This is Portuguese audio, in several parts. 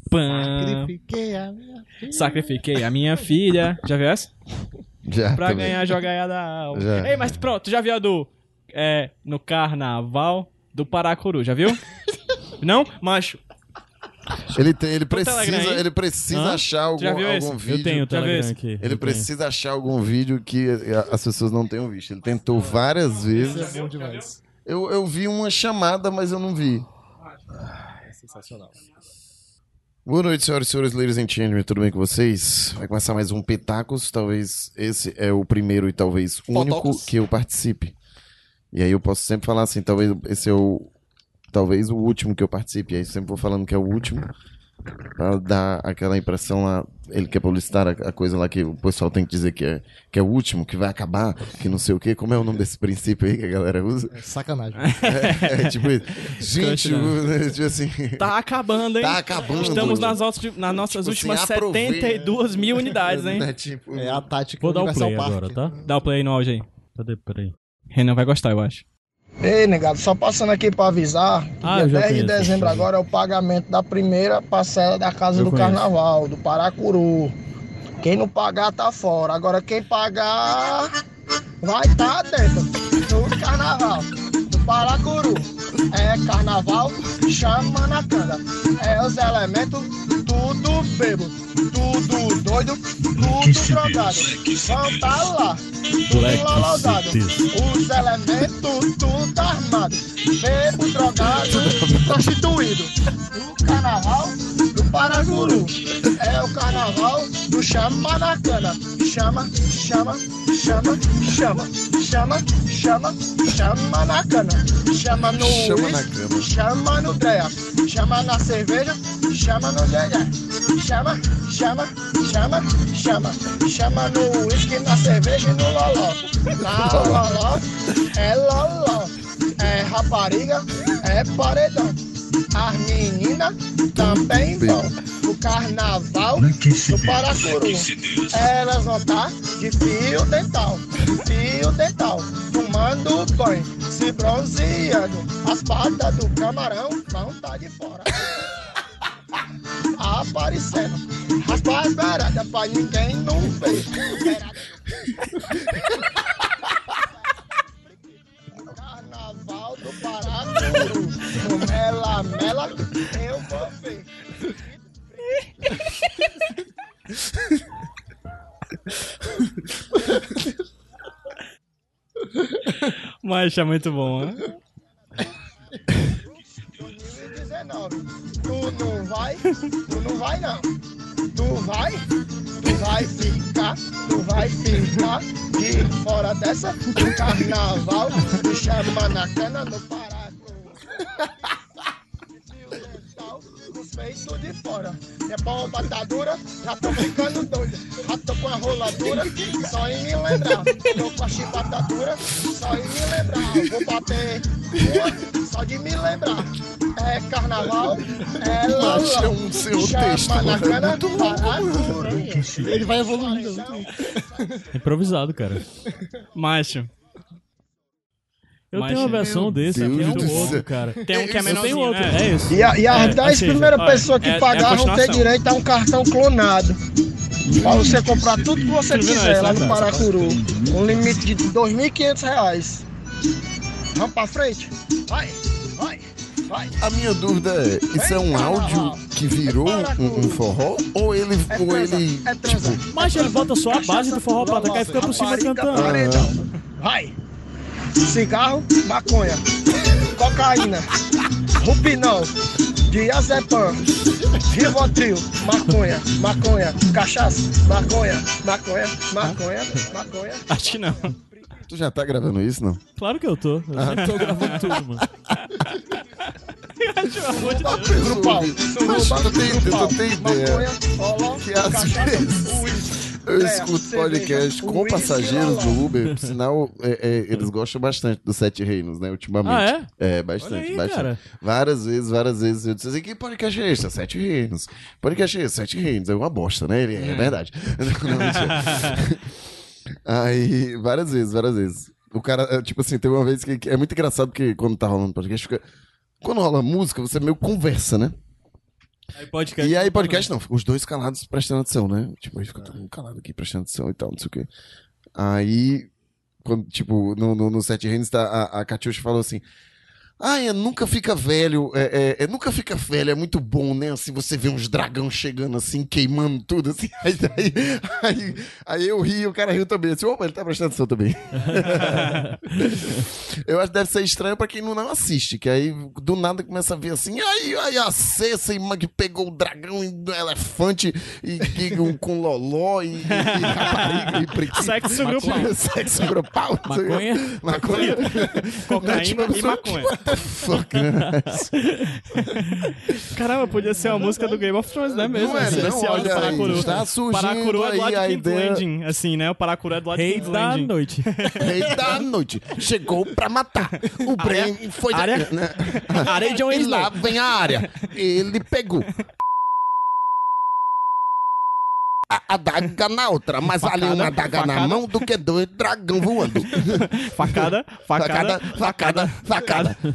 Sacrifiquei a minha filha. Já viu essa? Já. Pra também. ganhar jogaia da alma. Já. Ei, mas pronto, tu já viu a do... no carnaval do Paracuru, já viu? Não? Macho. Ele Telegram aí? precisa Hã? achar Já viu esse? algum vídeo. Eu tenho o Já viu Telegram esse? aqui. Ele precisa achar algum vídeo que as pessoas não tenham visto. Ele tentou várias vezes. É bom demais. Eu vi uma chamada, mas eu não vi. É sensacional. Boa noite, senhoras e senhores, ladies and gentlemen, tudo bem com vocês? Vai começar mais um Petacos, talvez esse é o primeiro e talvez único Potocos. que eu participe. E aí eu posso sempre falar assim, talvez esse é talvez o último que eu participe. E aí eu sempre vou falando que é o último, pra dar aquela impressão lá, ele quer publicitar a coisa lá que o pessoal tem que dizer que é o último, que vai acabar, que não sei o quê. Como é o nome desse princípio aí que a galera usa? É sacanagem. Tipo, gente, tipo assim... Tá acabando, hein? Tá acabando. Estamos nas nossas Tipo últimas assim, aproveita. 72 mil unidades, hein? Né, tipo, É a tática Vou dar o Universal play Park. agora, tá? Dá o play aí no áudio aí. Cadê? Peraí. Renan vai gostar, eu acho. Ei, negado, só passando aqui pra avisar que Ah, dia eu já 10 de conheço, dezembro já. agora é o pagamento da primeira parcela da Casa Eu do conheço. Carnaval, do Paracuru. Quem não pagar tá fora. Agora quem pagar vai tá dentro do Carnaval, do Paracuru. É Carnaval, chama na cana. É os elementos, tudo bebo, tudo doido, tudo drogado. Vão tá lá, tudo Black enlolosado. Cities. Os elementos tudo armado, bebo, drogado, prostituído. O carnaval do Paracuru é o carnaval do chama na cana. Chama, chama, chama, chama, chama, chama, chama na cana. Chama no Chama na uísque, cana. chama no dreia, chama na cerveja, chama no dedé. Chama, chama, chama, chama, chama no uísque, na cerveja e no loló. Na loló, é loló, é rapariga, é paredão. As meninas também vão. O carnaval do Paracuru. Elas vão estar de fio dental, tomando banho, se bronzeando. As patas do camarão vão estar de fora. Aparecendo as barbaradas pra ninguém não ver. Carnaval do Paracuru, no Mela Mela eu vou ver. Mas é muito bom, né? 2019, tu não vai não. Tu vai ficar de fora dessa do carnaval, me chama na cana no Paracuru. Os feitos de fora, é bomba tá dura, já tô ficando doido, já tô com a roladura, só em me lembrar, tô com a chibata dura, só em me lembrar, vou bater uma, só de me lembrar, é carnaval, é Macho, é loló, um seu chama texto, na mano, cana, muito louco. Paracuru. Ele vai evoluindo. Improvisado, cara. Macho. Eu Mas, tenho uma versão meu desse, Deus aqui é do um outro, céu. cara. Tem um que é Eu tenho menorzinho, outro, né? é esse. E as 10 ou seja, primeiras olha, pessoas que é pagar vão ter continuação. direito a um cartão clonado. Pra você comprar tudo que você Tu viu quiser essa, lá né, no cara? Paracuru. Um limite de R$ 2.500. Vamos pra frente? Vai, vai, vai. A minha dúvida é, isso é um áudio que virou um forró? Ou ele... É transa. Mas ele bota só a base do forró pra atacar e fica por cima Rapariga, cantando. paredão. Vai. Cigarro, maconha, cocaína, rupinol, diazepam, rivotril, maconha, cachaça, maconha. Acho que não. Tu já tá gravando isso, não? Claro que eu tô. Eu tô gravando tudo, mano. Pelo amor de Deus. Grupal, suruba, tu tem grupal, ideia maconha, roló, que às cachaça, vezes uísque. Eu É, escuto cerveja, podcast com uísque, passageiros do loló. Uber, por sinal, eles gostam bastante dos Sete Reinos, né, ultimamente. Ah, é? Bastante, Olha aí, bastante. cara. Várias vezes eu disse assim, que podcast é esse? Sete Reinos. Podcast é esse? Sete Reinos. É uma bosta, né? É verdade. Não, mentira. Aí, várias vezes. O cara, tipo assim, teve uma vez que é muito engraçado porque quando tá rolando podcast, quando rola música, você meio conversa, né? Aí podcast. E aí podcast não, ficam os dois calados prestando atenção, né? Tipo, aí fica todo mundo calado aqui prestando atenção e tal, não sei o quê. Aí, quando, tipo, no Sete Reinos, a Catiuxa falou assim: ai, nunca fica velho, nunca fica velho, é muito bom, né? Assim, você vê uns dragão chegando assim, queimando tudo, assim. Aí eu ri, o cara riu também. Assim, opa, ele tá prestando atenção também. Eu acho que deve ser estranho pra quem não assiste, que aí do nada começa a ver assim, aí a Cessa que pegou o dragão e o elefante com loló e rapariga e pretinho. Sexo grupal. Sexo grupal. Maconha. Cocaína e maconha. Fuck, né? Caramba, podia ser uma música do Game of Thrones, né mesmo? Não é, Esse não, especial de olha aí, Paracuru. está surgindo Paracuru é do lado aí de a King's ideia- Landing, assim, né? O Paracuru é do lado de Rei King's da Landing. noite. Rei da noite. Chegou pra matar. O Bran foi... área- né? Areia de E lá vem a área. Ele pegou. A adaga na outra, mas vale uma adaga na mão do que dois dragão voando. Facada. Facada.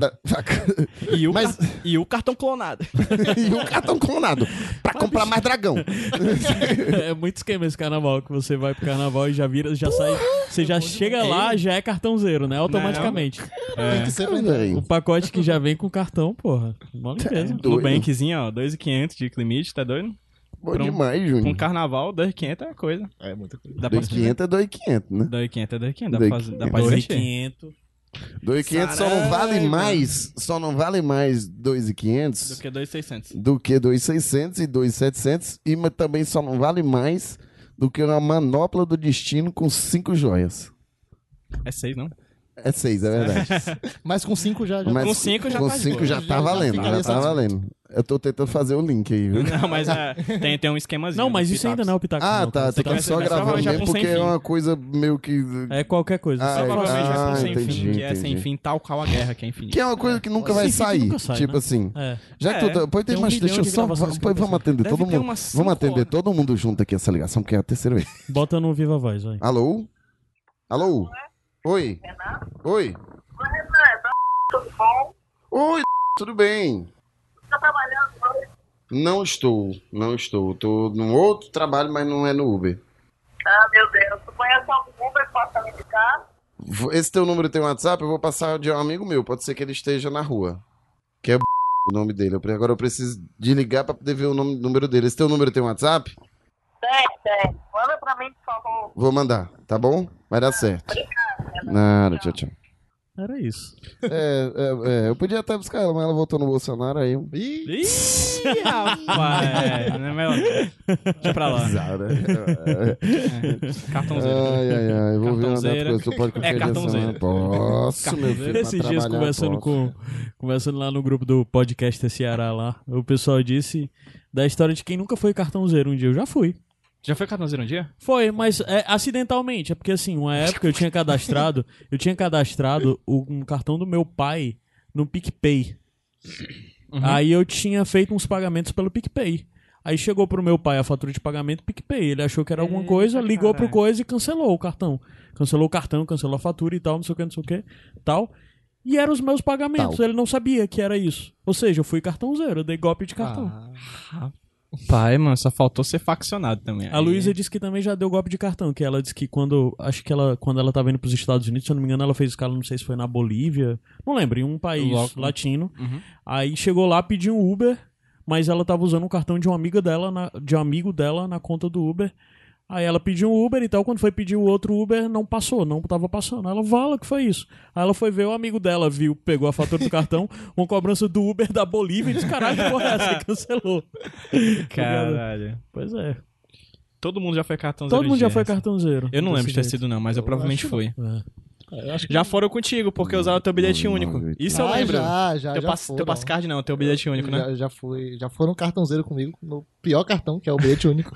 E o cartão clonado. E o cartão clonado. Pra comprar mais dragão. É muito esquema esse carnaval, que você vai pro carnaval e já vira, já sai. Você já chega lá, já é cartãozeiro, né? Automaticamente. Tem que ser Olha verdade. aí. O pacote que já vem com cartão, porra. Mó limpeza. No Bankzinho, ó, 2.500 de limite, tá doido? Bom demais, Júnior. Com um carnaval, 2.500 é coisa. É muita coisa. Dá pra 2.500 é 2.500, né? 2.500 é 2.500, dá pra fazer, dá pra investir. 2.500. 2.500 só não vale mais. Só não vale mais 2.500 Do que 2.600. do que 2.600 e 2.700. E mas também só não vale mais do que uma manopla do destino com 5 joias. É 6, não? É 6, é verdade. Mas com 5 já. Mas Com 5 já com tá de 5 boa. já tá Já valendo, ficaria já tá satisfeito. valendo. Eu tô tentando fazer o link aí, viu? Não, mas tem um esquemazinho. Não, mas no isso ainda Pitacos. não é o Pitaco. Ah, não, tá. Você Tá mas só mas gravando provavelmente mesmo é com porque sem é fim. uma coisa meio que... É qualquer coisa. Ah, Só é. Provavelmente é com sem entendi, fim, que é sem entendi. fim, tal qual a guerra, que é infinita. Que é uma coisa que nunca vai Sem fim que sair. nunca sai, Tipo né? assim... É. Já que É, tu... Pois tem tem mais... 1 Deixa eu milhão de só... gravações que Pois eu vamos atender Deve todo ter mundo. umas 5 Vamos atender horas. todo mundo junto aqui essa ligação, porque é a terceira vez. Bota no Viva Voz, vai. Alô? Alô? Oi? Oi? Tudo bom? Oi, tudo bem? Tá trabalhando hoje? Não estou. Tô num outro trabalho, mas não é no Uber. Ah, meu Deus. Tu conhece algum Uber que possa me indicar? Esse teu número tem WhatsApp? Eu vou passar de um amigo meu. Pode ser que ele esteja na rua. Que é o nome dele. Agora eu preciso de ligar pra poder ver o número dele. Esse teu número tem WhatsApp? Tem. Manda pra mim, por favor. Vou mandar, tá bom? Vai dar certo. Nada, tchau. Era isso. Eu podia até buscar ela, mas ela voltou no Bolsonaro aí. Ih, Ih, rapaz. Não é melhor. Deixa pra lá. Cartãozeiro. Ai. Eu vou ver uma data Cartãozeira. coisa. Tu pode qualquer dia da cartãozeira. semana. Posso, meu filho. pra Esses dias trabalhar, conversando lá no grupo do podcast Ceará lá, o pessoal disse da história de quem nunca foi cartãozeiro um dia. Eu já fui. Já foi cartãozeiro um dia? Foi, mas acidentalmente. É porque assim, uma época eu tinha cadastrado um cartão do meu pai no PicPay. Aí eu tinha feito uns pagamentos pelo PicPay. Aí chegou pro meu pai a fatura de pagamento PicPay. Ele achou que era alguma coisa, ligou pro coisa e cancelou o cartão. Cancelou o cartão, cancelou a fatura e tal, não sei o que, tal. E eram os meus pagamentos. Tal. Ele não sabia que era isso. Ou seja, eu fui cartãozeiro, eu dei golpe de cartão. Pai, mano, só faltou ser faccionado também. A Luísa disse que também já deu golpe de cartão, que ela disse que quando ela tava indo pros Estados Unidos, se eu não me engano, ela fez escala, não sei se foi na Bolívia, não lembro, em um país latino. Aí chegou lá, pediu um Uber, mas ela tava usando um cartão de uma amiga dela, de um amigo dela na conta do Uber. Aí ela pediu um Uber e tal, quando foi pedir o outro Uber, não tava passando. Ela, vala, que foi isso? Aí ela foi ver, o amigo dela viu, pegou a fatura do cartão, uma cobrança do Uber da Bolívia e disse, caralho, que porra é essa? E cancelou. Caralho. Pois é. Todo mundo já foi cartãozeiro. Todo mundo já dia, foi assim. cartãozeiro. Eu não lembro de ter Desse sido, não, mas eu provavelmente fui. jeito. É. eu acho que Já foram contigo, porque usaram o teu bilhete não, único. não. Isso eu lembro. Já Teu foram. passcard não, teu bilhete único, né? Já foram cartãozeiro comigo no pior cartão, que é o bilhete único.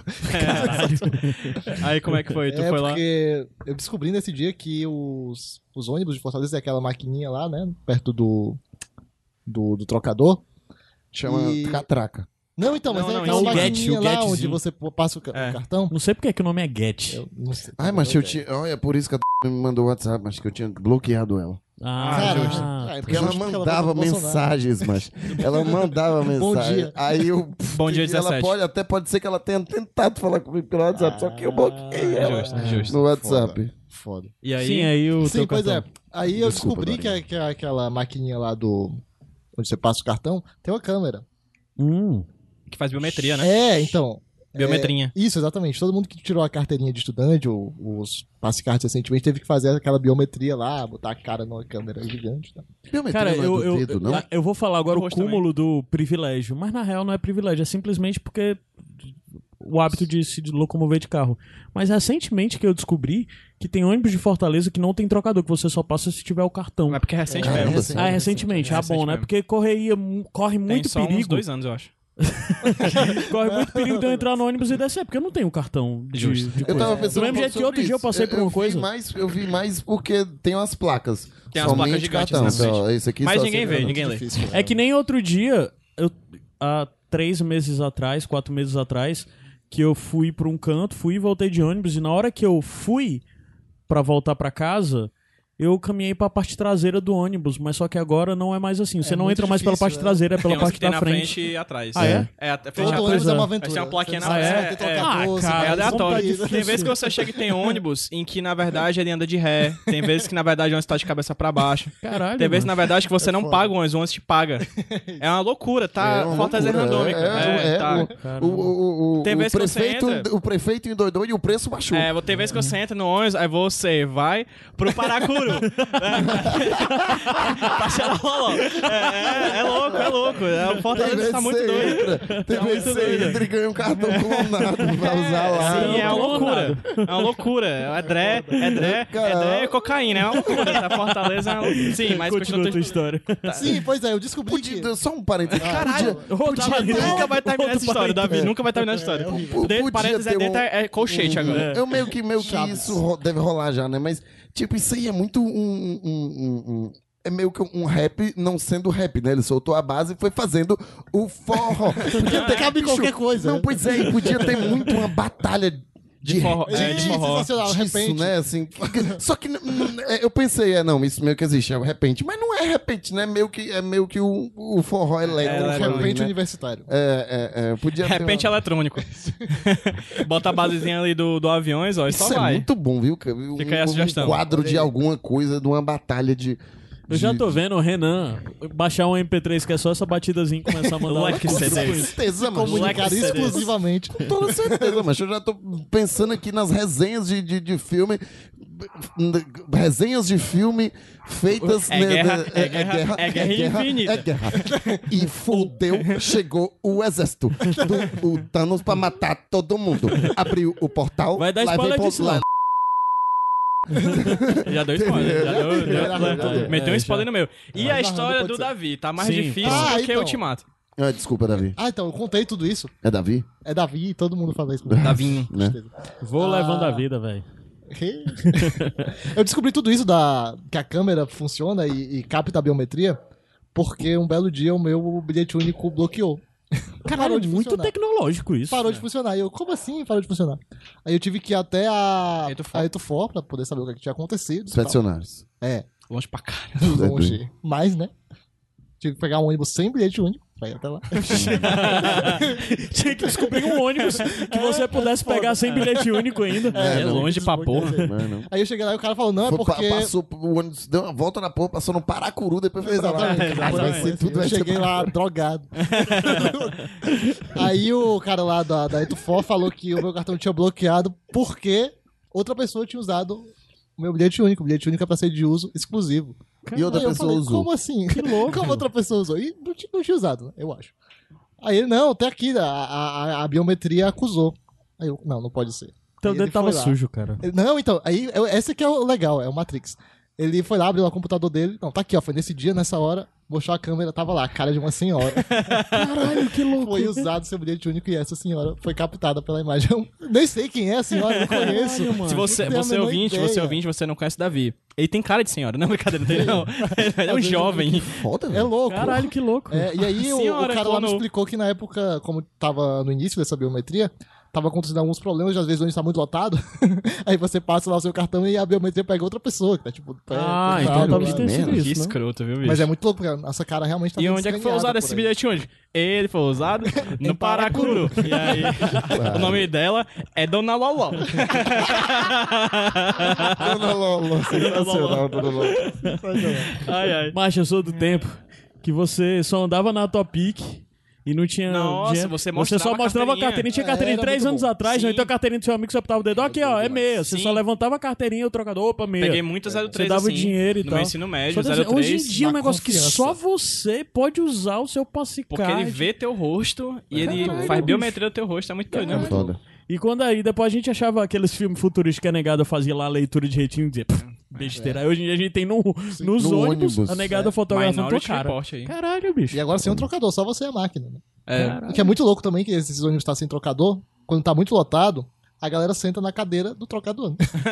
Aí como é que foi? Tu É foi lá? porque eu descobri nesse dia que os ônibus de Fortaleza é aquela maquininha lá, né? Perto do trocador. Chama E- Catraca. Não, então, mas Não, é não, aquela o Get, maquininha o lá Getzinho. onde você passa o cartão. Não sei porque que o nome é Get. Eu não sei. Ai, mas eu tinha... Olha, por isso que a me mandou o WhatsApp, mas que eu tinha bloqueado ela. Cara, justo. Porque ela mandava mensagens, mas ela mandava mensagem. dia. Aí eu. Bom dia, 17. Pode ser que ela tenha tentado falar comigo pelo WhatsApp, só que eu bloqueei ela Justo. no WhatsApp. Foda. E aí, Sim, aí o Sim, teu pois cartão. é. Aí eu Desculpa, descobri que aquela maquininha lá onde você passa o cartão tem uma câmera. que faz biometria, né? É, então. Biometrinha. Isso, exatamente. Todo mundo que tirou a carteirinha de estudante, ou os passe-cards recentemente, teve que fazer aquela biometria lá, botar a cara numa câmera gigante. Tá? Cara, não é do dedo, não? eu vou falar agora Do o rosto cúmulo do privilégio, mas na real não é privilégio, é simplesmente porque o hábito de se locomover de carro. Mas recentemente que eu descobri que tem ônibus de Fortaleza que não tem trocador, que você só passa se tiver o cartão. Mas porque é recente Caramba, mesmo. sim. Recentemente. É Ah, bom, recente né? mesmo. Porque corre Tem muito só uns perigo. 2 anos, eu acho. Corre muito perigo de eu entrar no ônibus e descer, porque eu não tenho cartão de Justo. de Eu coisa. tava pensando Do mesmo jeito que sobre outro dia eu isso. passei por uma coisa. Eu vi mais porque tem umas placas. Tem umas placas Somente gigantes cartão. na frente. Só, esse aqui Mas só ninguém você- vê, ninguém lê. Difícil, É que nem outro dia, há 3 meses atrás, 4 meses atrás, que eu fui pra um canto, fui e voltei de ônibus, e na hora que eu fui pra voltar pra casa, eu caminhei pra parte traseira do ônibus, mas só que agora não é mais assim. Você não muito entra mais pela difícil, parte né? traseira, é pela Tem uns parte que tem da na frente. frente e atrás. Ah, é? É, a frente Todo e ônibus atrás. é uma Vai aventura. ser uma plaquinha na Você frente. vai ter trocador, você cara, É vai- aleatório. difícil. Tem vezes que você chega e tem ônibus em que, na verdade, ele anda de ré. Tem vezes que, na verdade, o ônibus tá de cabeça pra baixo. Caralho, Tem vezes, mano. na verdade, que você não foda. paga o ônibus te paga. É uma loucura, tá? É uma Fortaleza loucura, randômica. Tá. O Tem vezes que você prefeito, entra- o prefeito endoidou e o preço baixou. É, tem vezes que você entra no ônibus, aí você vai pro Paracuru. Pra Xeroló. É louco. O Fortaleza tá muito doido. Tem vezes que você entra e ganha um cartão clonado pra usar lá. Sim, é uma loucura. É uma loucura. É dré e cocaína. É uma loucura. A Fortaleza é uma loucura. Sim, mas Continua a tua continua. história. Sim, pois é, eu descobri que... Podia, só um parênteses. Caralho, nunca vai terminar essa história, Davi. Nunca vai terminar essa história. Podia Parênteses ter dentro é colchete agora. Eu meio que isso deve rolar já, né? Mas, tipo, isso aí é muito é meio que um rap não sendo rap, né? Ele soltou a base e foi fazendo o forró. Podia ter Cabe qualquer coisa, Não, né? pois é, e podia ter muito uma batalha de forró, de forró. Sensacional, de disso, repente. né? Assim, só que eu pensei, não, isso meio que existe, é o repente, mas não é repente, né? É meio que o forró elétrico. É, ali, Repente né? universitário. Podia ter Repente eletrônico. Bota a basezinha ali do aviões, ó, e Isso só é vai. muito bom, viu? Fica aí a sugestão. Um quadro de alguma coisa, de uma batalha de... Eu já tô vendo o Renan baixar um MP3 que é só essa batidazinha e começar a mandar Like um CDs. Com certeza, mano. Comunicar Moleque CDs. exclusivamente. Com toda certeza, mas eu já tô pensando aqui nas resenhas de filme. Resenhas de filme feitas... É guerra infinita. É guerra. E fudeu, chegou o exército do Thanos pra matar todo mundo. Abriu o portal. Vai dar lá spoiler vem disso, lá- não. Já deu spoiler. Meteu um já. spoiler no meu. E Vai a história narrando, do pode ser. Davi tá mais Sim. difícil Ah, do que o então. Ultimato. Ah, desculpa, Davi. Ah, então, eu contei tudo isso. É Davi? É Davi e todo mundo fala isso. Davinho. Né? Vou levando a vida, velho. Eu descobri tudo isso que a câmera funciona e capta a biometria porque um belo dia o meu bilhete único bloqueou. Caralho, Parou é de muito funcionar. tecnológico isso. Parou de funcionar. E eu, como assim parou de funcionar? Aí eu tive que ir até a Etufor. Etufor pra poder saber o que tinha acontecido. Expedicionários. É, Longe pra caralho. longe. Mas, né? Tive que pegar um ônibus sem bilhete único pra ir até lá. Tinha que descobrir um ônibus que você pudesse pegar sem bilhete único ainda. É longe pra porra. Não. Aí eu cheguei lá e o cara falou, não, é Foi, porque... passou, o ônibus deu uma volta na porra, passou no Paracuru, depois foi pra lá. Exatamente. Caralho, vai ser tudo, eu vai ser cheguei lá drogado. Aí o cara lá da Etufor falou que o meu cartão tinha bloqueado porque outra pessoa tinha usado o meu bilhete único. O bilhete único é pra ser de uso exclusivo. E outra Aí eu pessoa falei, usou. como assim? Que louco. Como outra pessoa usou? E não tinha usado, né? Eu acho. Aí ele, não, até aqui, a biometria acusou. Aí eu, não pode ser. Teu Aí dedo ele tava foi lá. sujo, cara. Não, então, aí esse aqui é o legal, é o Matrix. Ele foi lá, abriu lá o computador dele. Não, tá aqui, ó. Foi nesse dia, nessa hora. Mostrou a câmera, tava lá, a cara de uma senhora. Caralho, que louco. Foi usado seu bilhete único e essa senhora foi captada pela imagem. Eu nem sei quem é a senhora, não conheço. Caralho, mano. Se você Não tenho a menor ouvinte, ideia. você não conhece Davi. Ele tem cara de senhora, não é brincadeira dele, não. Ele é um jovem. Foda, É velho. louco. Caralho, que louco. É, e aí o Senhora, cara lá me clonou. explicou que na época, como tava no início dessa biometria, tava acontecendo alguns problemas, às vezes o ônibus tá muito lotado, aí você passa lá o seu cartão e a biometria pega outra pessoa, que tá tipo... Então talvez tenha sido Que isso, né? escroto, viu, bicho? Mas é muito louco, porque a nossa cara realmente tá E sendo onde é que foi escaneada usado por esse aí. bilhete onde? Ele foi usado no Paracuru. E aí, o nome dela é Dona Loló. Dona Lolo, sensacional, Dona Lolo. Ai, ai. Mas eu sou do tempo que você só andava na Topic e não tinha... Nossa, dinheiro. você Você mostrava só mostrava a a carteirinha. carteirinha. Tinha carteirinha Era 3 muito anos bom. atrás, Sim. ou então a carteirinha do seu amigo, você apertava o dedo, aqui ó, é meia. Você Sim. só levantava a carteirinha e o trocador, opa, meia. Peguei muito 03 Você dava assim, o dinheiro e no tal. meu ensino médio, Só desse- 03. Hoje em dia é um na negócio que confiança. só você pode usar o seu passicard. Porque ele vê teu rosto e ele faz biometria do teu rosto. É muito doido, né? Foda. E quando aí, depois a gente achava aqueles filmes futuristas que a negada fazia lá a leitura de retinho e dizia, besteira. Aí hoje em dia a gente tem nos no ônibus, ônibus. a negada fotografando tua Minority cara. Report aí. Caralho, bicho. E agora sem um trocador, só você é a máquina, né? É. O que é muito louco também, que esses ônibus tá sem trocador, quando tá muito lotado, a galera senta na cadeira do trocador.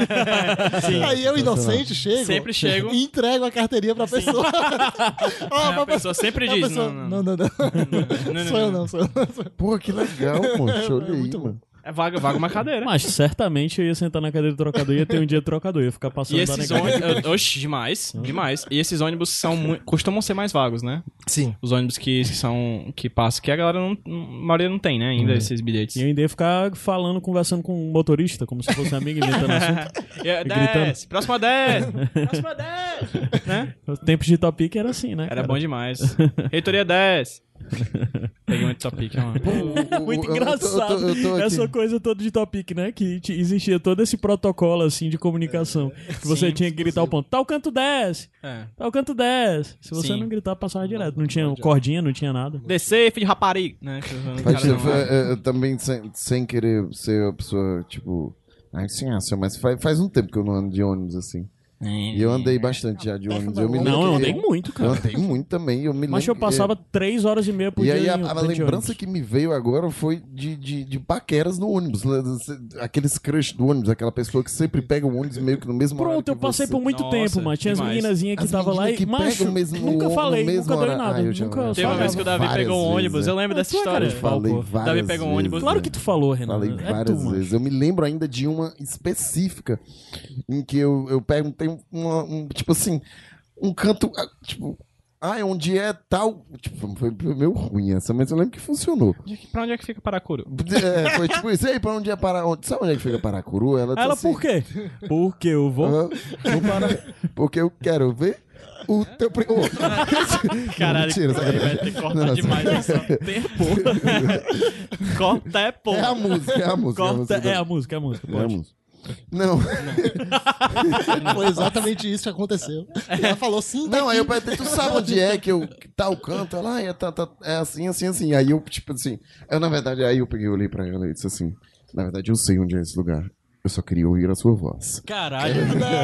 Aí eu, inocente, chego Sempre chego. e entrego a carteirinha pra pessoa. Ó, A pessoa sempre a diz, pessoa, não. não. Sou eu não, sou eu não. Pô, que legal, pô. Show aí, mano. É vaga uma cadeira. Mas certamente eu ia sentar na cadeira do trocador e ia ter um dia de trocador, ia ficar passando E da esses negada. ônibus... Oxi, demais. E esses ônibus costumam ser mais vagos, né? Sim. Os ônibus que passam, que a galera a maioria não tem, né, ainda, esses bilhetes. E eu ainda ia ficar falando, conversando com um motorista, como se fosse amigo, inventando assunto. Desce, próxima 10, próxima 10, né? Os tempos de Topic era assim, né? Era cara? bom demais. Reitoria 10. Peguei muito topic, mano. Muito Eu engraçado tô aqui. essa coisa toda de Topic, né? Que existia todo esse protocolo, assim, de comunicação. Que você Sim, tinha que gritar o ponto. Tal canto 10! É. Tal canto 10! Se você Sim. não gritar, passava direto. Não tinha cordinha, não tinha nada. Descer, filho de rapariga, né? Mas, eu também, sem querer ser a pessoa, tipo... Ai, sim, mas faz um tempo que eu não ando de ônibus, assim. E eu andei bastante já de ônibus. Eu me lembro Não, eu que- andei muito, Eu cara. andei muito também. Eu me Mas lembro eu passava 3 horas e meia por E dia. aí a dentro de lembrança ônibus. que me veio agora foi de paqueras no ônibus. Né? Aqueles crush do ônibus, aquela pessoa que sempre pega o ônibus meio que no mesmo horário Pronto, eu que passei você. por muito Nossa, tempo, mano. Tinha as demais. meninazinhas que As tava lá meninas e, que macho, pegam mesmo nunca no falei, mesmo nunca deu em horário. nada. Ah, eu já- Nunca Teve uma vez que o Davi Várias pegou um ônibus, vezes, eu lembro é. dessa Tu é cara história. de pau, Falei pô. várias Davi pegou um vezes, ônibus. Claro né? que tu falou, Renan. Falei É várias tu, vezes. Eu me lembro ainda de uma específica em que eu perguntei tipo assim, um canto, tipo, onde é tal. Tipo, foi meio ruim essa, mas eu lembro que funcionou. Pra onde é que fica Paracuru? Foi tipo isso aí, pra onde é sabe onde é que fica Paracuru? Ela, Ela, disse assim, por quê? Porque eu vou... "Aham, porque eu quero ver o teu primo. Caralho, Mentira, aí sacanagem. vai ter que cortar Não, demais essa tempo. Corta é pouco. É a música, é a música. Corta, é a música, É a pode. música. Não, Foi exatamente isso que aconteceu. Ela falou sim, tá não, aí aqui. eu perguntei, tu sabe onde é que tal canto? Ela, é assim, assim, assim. Aí eu, tipo assim, na verdade, aí eu peguei, olhei pra ela e disse assim, na verdade, eu sei onde é esse lugar. Eu só queria ouvir a sua voz. Caralho.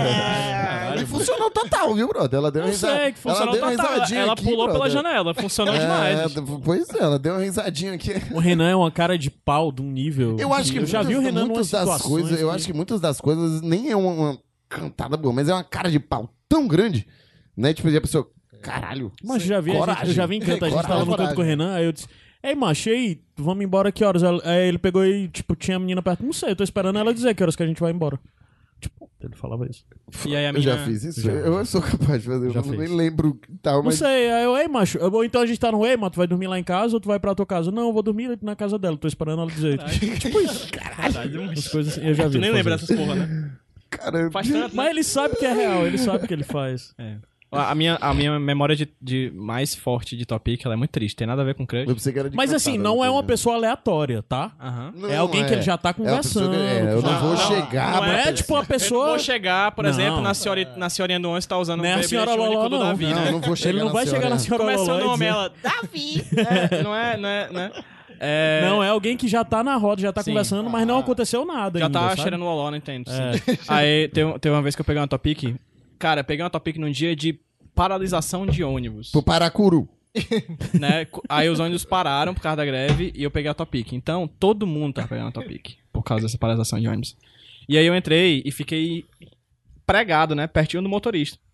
E funcionou total, viu, brother? Ela deu uma Eu risada. sei que funcionou ela deu uma total. risadinha Ela aqui, pulou pela brother. janela, funcionou demais. Pois é, ela deu uma risadinha aqui. O Renan é uma cara de pau de um nível. Eu acho que eu já vi o Renan muitas numas das situações coisas, eu acho que muitas das coisas nem é uma cantada boa, mas é uma cara de pau tão grande, né? Tipo, a pessoa, caralho. Mas eu já vi, Coragem. eu já vi em canto, a gente tava no Coragem. canto com o Renan, aí eu disse, ei, macho, e aí, vamos embora que horas? Aí ele pegou e, tipo, tinha a menina perto, não sei, eu tô esperando ela dizer que horas que a gente vai embora. Tipo, ele falava isso. E aí a Eu minha... já fiz isso? Eu sou capaz de fazer, eu Já nem fez. lembro tal, Não mas... sei, aí eu, ei, macho, ou então a gente tá no, ei, mano, tu vai dormir lá em casa ou tu vai pra tua casa? Não, eu vou dormir na casa dela, tô esperando ela dizer. Tipo isso. Caralho, As coisas assim, eu já vi. tu nem ele lembra fazer dessas porra, né? Cara, Faz tanto, né? Mas ele sabe que é real, ele sabe o que ele faz. A minha memória de mais forte de Topic, ela é muito triste. Tem nada a ver com crush. eu pensei que era de Mas cantada, assim, não é uma entendi. pessoa aleatória, tá? Aham. Não, é alguém que ele já tá É uma pessoa conversando. que- eu não vou Não, chegar... Não pra é pessoa- tipo uma Eu não pessoa. vou chegar, por Não. exemplo, na senhorinha do ônibus tá usando Não é a bilhete senhora único Loló, do não. Davi, Não, né? eu não vou chegar Ele não na vai chegar na senhora Como é seu Loló e nome? dizer- Ela, Davi! Não é? Não, é alguém que já tá na roda, já tá Sim. conversando, mas não aconteceu nada Já ainda, tá sabe? cheirando loló, não entendo. Sim. Aí teve uma vez que eu peguei uma Topic. Cara, peguei uma Topic num dia de paralisação de ônibus. Pro Paracuru. Né? Aí os ônibus pararam por causa da greve e eu peguei a Topic. Então, todo mundo tava pegando a Topic por causa dessa paralisação de ônibus. E aí eu entrei e fiquei pregado, né? Pertinho do motorista.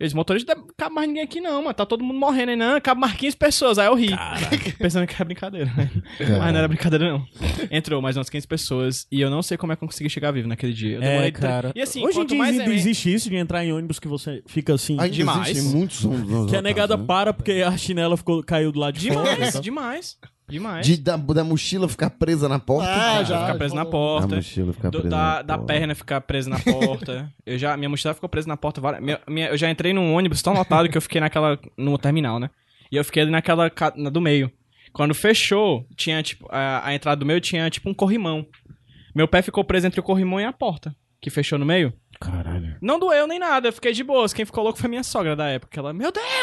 Eu disse, motorista, não cabe mais ninguém aqui não, mano. Tá todo mundo morrendo aí, não. Cabe mais 15 pessoas. Aí eu ri. Pensando que era brincadeira, né? Mas não era brincadeira, não. Entrou mais umas 15 pessoas e eu não sei como é que eu consegui chegar vivo naquele dia. Eu demorei cara. E assim, hoje em quanto dia mais ainda existe isso de entrar em ônibus que você fica assim... Ainda demais. existem muitos ônibus que a negada lotados, né? para porque a chinela caiu do lado de fora. Demais. Da mochila ficar presa na porta. Ficar preso na A porta. mochila ficar presa na Da porta. perna ficar presa na porta. Minha mochila ficou presa na porta. Eu já entrei num ônibus tão lotado que eu fiquei no terminal, né? E eu fiquei ali na do meio. Quando fechou, tinha tipo, a entrada do meio tinha tipo um corrimão. Meu pé ficou preso entre o corrimão e a porta, que fechou no meio. Caralho. Não doeu nem nada, eu fiquei de boas. Quem ficou louco foi minha sogra da época. Ela, meu Deus,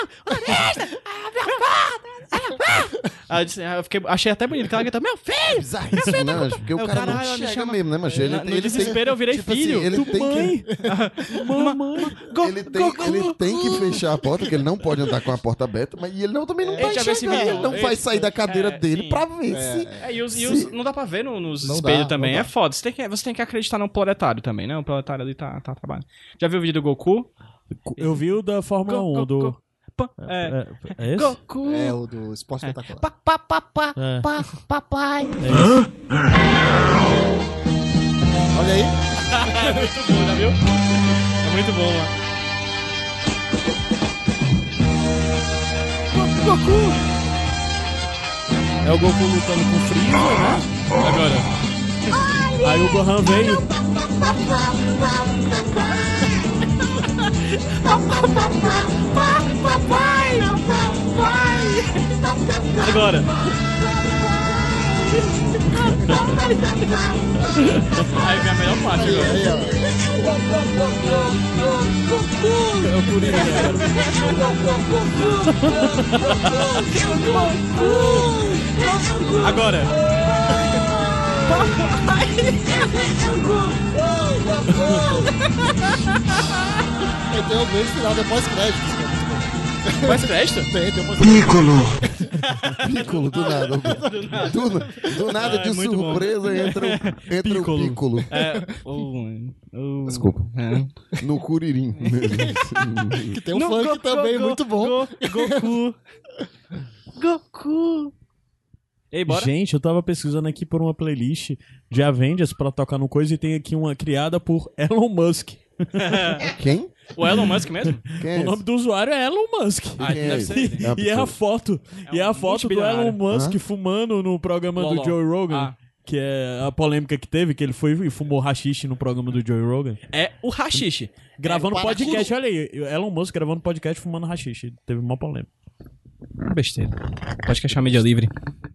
Aí eu achei até bonito, que ela grita, meu filho! Bizarro isso, né, mas porque o cara não chega mesmo, né, mas No desespero eu virei tipo filho. assim, ele tem que... Mamãe. Ele tem que fechar a porta, porque ele não pode andar com a porta aberta, mas ele também não vai já vê esse chegar. vídeo. Ele não vai sair da cadeira dele sim. pra ver se... Não dá pra ver nos Não espelhos dá, também, não é dá. foda. Você tem que acreditar no proletário também, né? O proletário ali tá trabalhando. Já viu o vídeo do Goku? Eu vi o da Fórmula 1, do... É esse? Goku! É o do Esporte Espetacular. É. Papai. Olha aí. É muito bom, já viu? É muito bom, mano. Goku! É o Goku lutando com o Freeza, né? Agora. Aí o Gohan veio. Agora. Aí vem a melhor parte agora. Aí, ó. É o Kuririn, Agora. Tem o grande final depois créditos. Faz crédito? Tem um Piccolo, do nada. Do nada, de muito bom. surpresa, entra o Piccolo. Desculpa. No Kuririn. Que tem um funk também muito bom. Goku. Ei, bora. Gente, eu tava pesquisando aqui por uma playlist de Avengers pra tocar no coisa e tem aqui uma criada por Elon Musk. Quem? O Elon Musk mesmo? Quem é O nome do usuário é Elon Musk. Ah, Quem é deve esse? ser. É uma E é a pessoa. foto. E é a foto do multibilionário. Elon Musk fumando no programa Loló. do Joe Rogan. Ah. Que é a polêmica que teve, que ele foi e fumou haxixe no programa do Joe Rogan. É o Hashish. Gravando para podcast, olha aí. Elon Musk gravando podcast fumando haxixe. Teve uma polêmica. Besteira. Pode que achar mídia livre.